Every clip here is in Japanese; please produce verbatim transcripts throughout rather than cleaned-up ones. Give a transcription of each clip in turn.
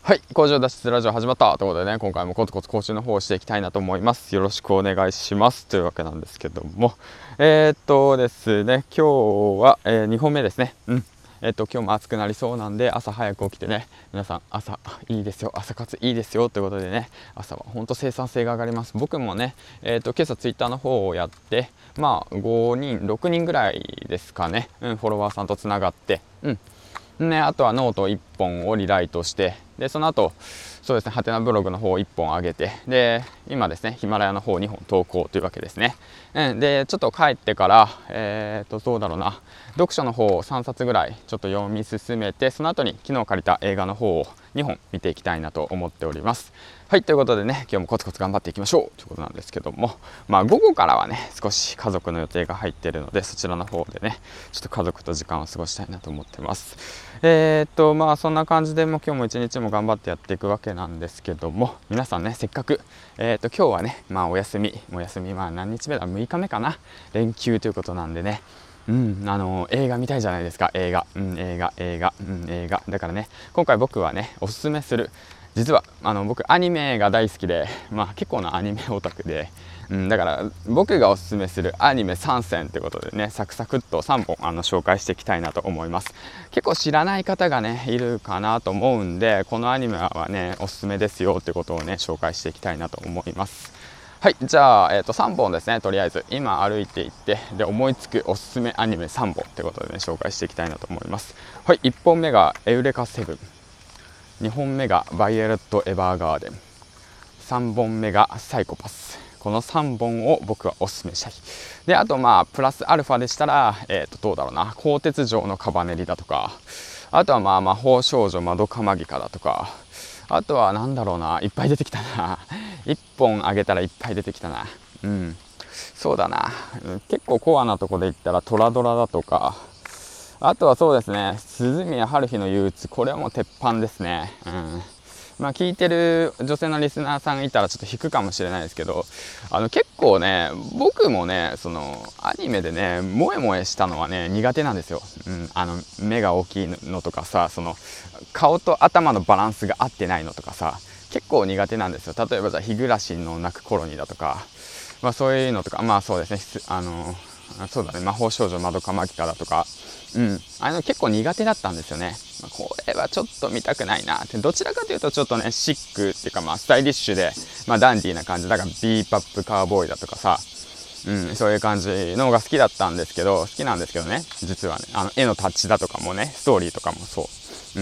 はい、工場脱出ラジオ始まったということでね、今回もコツコツ講習の方をしていきたいなと思います。よろしくお願いしますというわけなんですけども、えー、っとですね、今日は、えー、にほんめですね。うん。えー、っと今日も暑くなりそうなんで、朝早く起きてね、皆さん朝いいですよ、朝活いいですよということでね、朝は本当生産性が上がります。僕もね、えー、っと今朝ツイッターの方をやって、まあごにんろくにんぐらいですかね、うん、フォロワーさんとつながって、うんね、あとはノートいっぽんをリライトして、でその後そうですね、ハテナブログの方をいっぽん上げて、で今ですね、ヒマラヤの方にほん投稿というわけですね。うん、でちょっと帰ってから、えー、とどうだろうな、読書の方をさんさつぐらいちょっと読み進めて、その後に昨日借りた映画の方をにほん見ていきたいなと思っております。はい、ということでね、今日もコツコツ頑張っていきましょうということなんですけども、まあ午後からはね、少し家族の予定が入っているので、そちらの方でね、ちょっと家族と時間を過ごしたいなと思ってます。えー、っとまあそんな感じでもう今日も一日も頑張ってやっていくわけなんですけども、皆さんね、せっかく、えー、っと今日はね、まあお休みお休みまあ何日目だ、むいかめかな、連休ということなんでね、うん、あの映画見たいじゃないですか。映画、うん、映画映画、うん、映画だからね、今回僕はねおすすめする、実はあの僕アニメが大好きで、まあ結構なアニメオタクで、うん、だから僕がおすすめするアニメさんせんということでね、サクサクっとさんぼんあの紹介していきたいなと思います。結構知らない方がねいるかなと思うんで、このアニメはねおすすめですよってことをね紹介していきたいなと思います。はい、じゃあ、えー、とさんぼんですね。とりあえず今歩いていって、で思いつくおすすめアニメさんぼんということでね紹介していきたいなと思います。はい、いっぽんめがエウレカセブン、にほんめがバイオレット・エヴァーガーデン、さんぼんめがサイコパス。このさんぼんを僕はおすすめしたい。であとまあプラスアルファでしたら、えー、とどうだろうな、鋼鉄城のカバネリだとか、あとはまあ魔法少女まどかマギカだとか、あとはなんだろうな、いっぱい出てきたな。いっぽんあげたらいっぱい出てきたな。うん、そうだな、結構コアなとこで言ったらトラドラだとか、あとはそうですね、鈴宮春日の憂鬱、これはもう鉄板ですね。うん、まあ聞いてる女性のリスナーさんいたらちょっと引くかもしれないですけど、あの結構ね、僕もねそのアニメでね萌え萌えしたのはね苦手なんですよ。うん、あの目が大きいのとかさ、その顔と頭のバランスが合ってないのとかさ、結構苦手なんですよ。例えばじゃあ日暮らしの泣く頃にだとか、まあそういうのとか、まあそうですね、あのそうだね、魔法少女まどかマギカだとか、うん、あの結構苦手だったんですよね。これはちょっと見たくないなって、どちらかというとちょっとねシックっていうか、まあスタイリッシュで、まあ、ダンディーな感じだから、ビーパップカーボーイだとかさ、うん、そういう感じのが好きだったんですけど、好きなんですけどね、実はね、あの絵のタッチだとかもね、ストーリーとかもそう、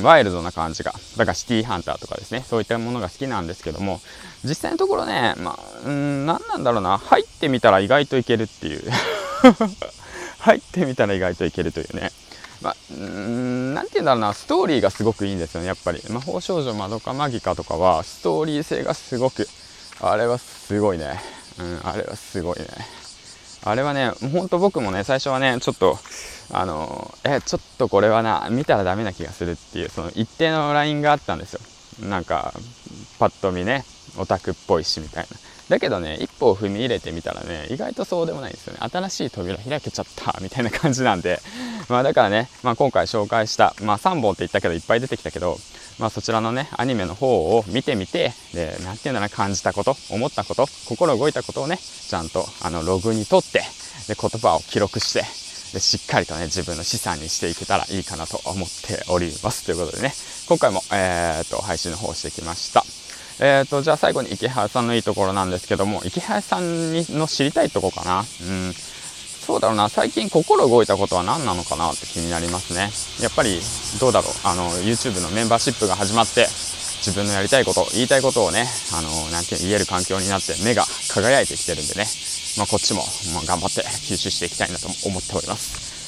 ワイルドな感じが、だからシティーハンターとかですね、そういったものが好きなんですけども、実際のところね、まあ、うん、何なんだろうな、入ってみたら意外といけるっていう入ってみたら意外といけるというね、まあ、うーん、なんていうんだろうな、ストーリーがすごくいいんですよね、やっぱり。魔法少女まどかマギカとかは、ストーリー性がすごく、あれはすごいね。うん、あれはすごいね。あれはね、ほんと僕もね、最初はね、ちょっと、あの、え、ちょっとこれはな、見たらダメな気がするっていう、その一定のラインがあったんですよ。なんか、パッと見ね、オタクっぽいし、みたいな。だけどね、一歩を踏み入れてみたらね、意外とそうでもないんですよね。新しい扉開けちゃった、みたいな感じなんで、まあだからね、まあ今回紹介した、まあさんぼんって言ったけどいっぱい出てきたけど、まあそちらのね、アニメの方を見てみて、で、なんていうんだろうな、感じたこと、思ったこと、心動いたことをね、ちゃんとあのログに取って、で、言葉を記録して、で、しっかりとね、自分の資産にしていけたらいいかなと思っております。ということでね、今回も、えー、っと、配信の方をしてきました。えーと、じゃあ最後に池原さんのいいところなんですけども、池原さんにの知りたいところかな。うん。そうだろうな、最近心動いたことは何なのかなって気になりますね。やっぱり、どうだろう、あの、YouTube のメンバーシップが始まって、自分のやりたいこと、言いたいことをね、あの、なんて言える環境になって目が輝いてきてるんでね、まあこっちも、まあ、頑張って吸収していきたいなと思っております。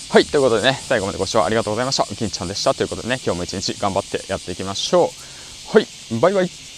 はい、ということでね、最後までご視聴ありがとうございました。金ちゃんでした。ということでね、今日も一日頑張ってやっていきましょう。はい、バイバイ。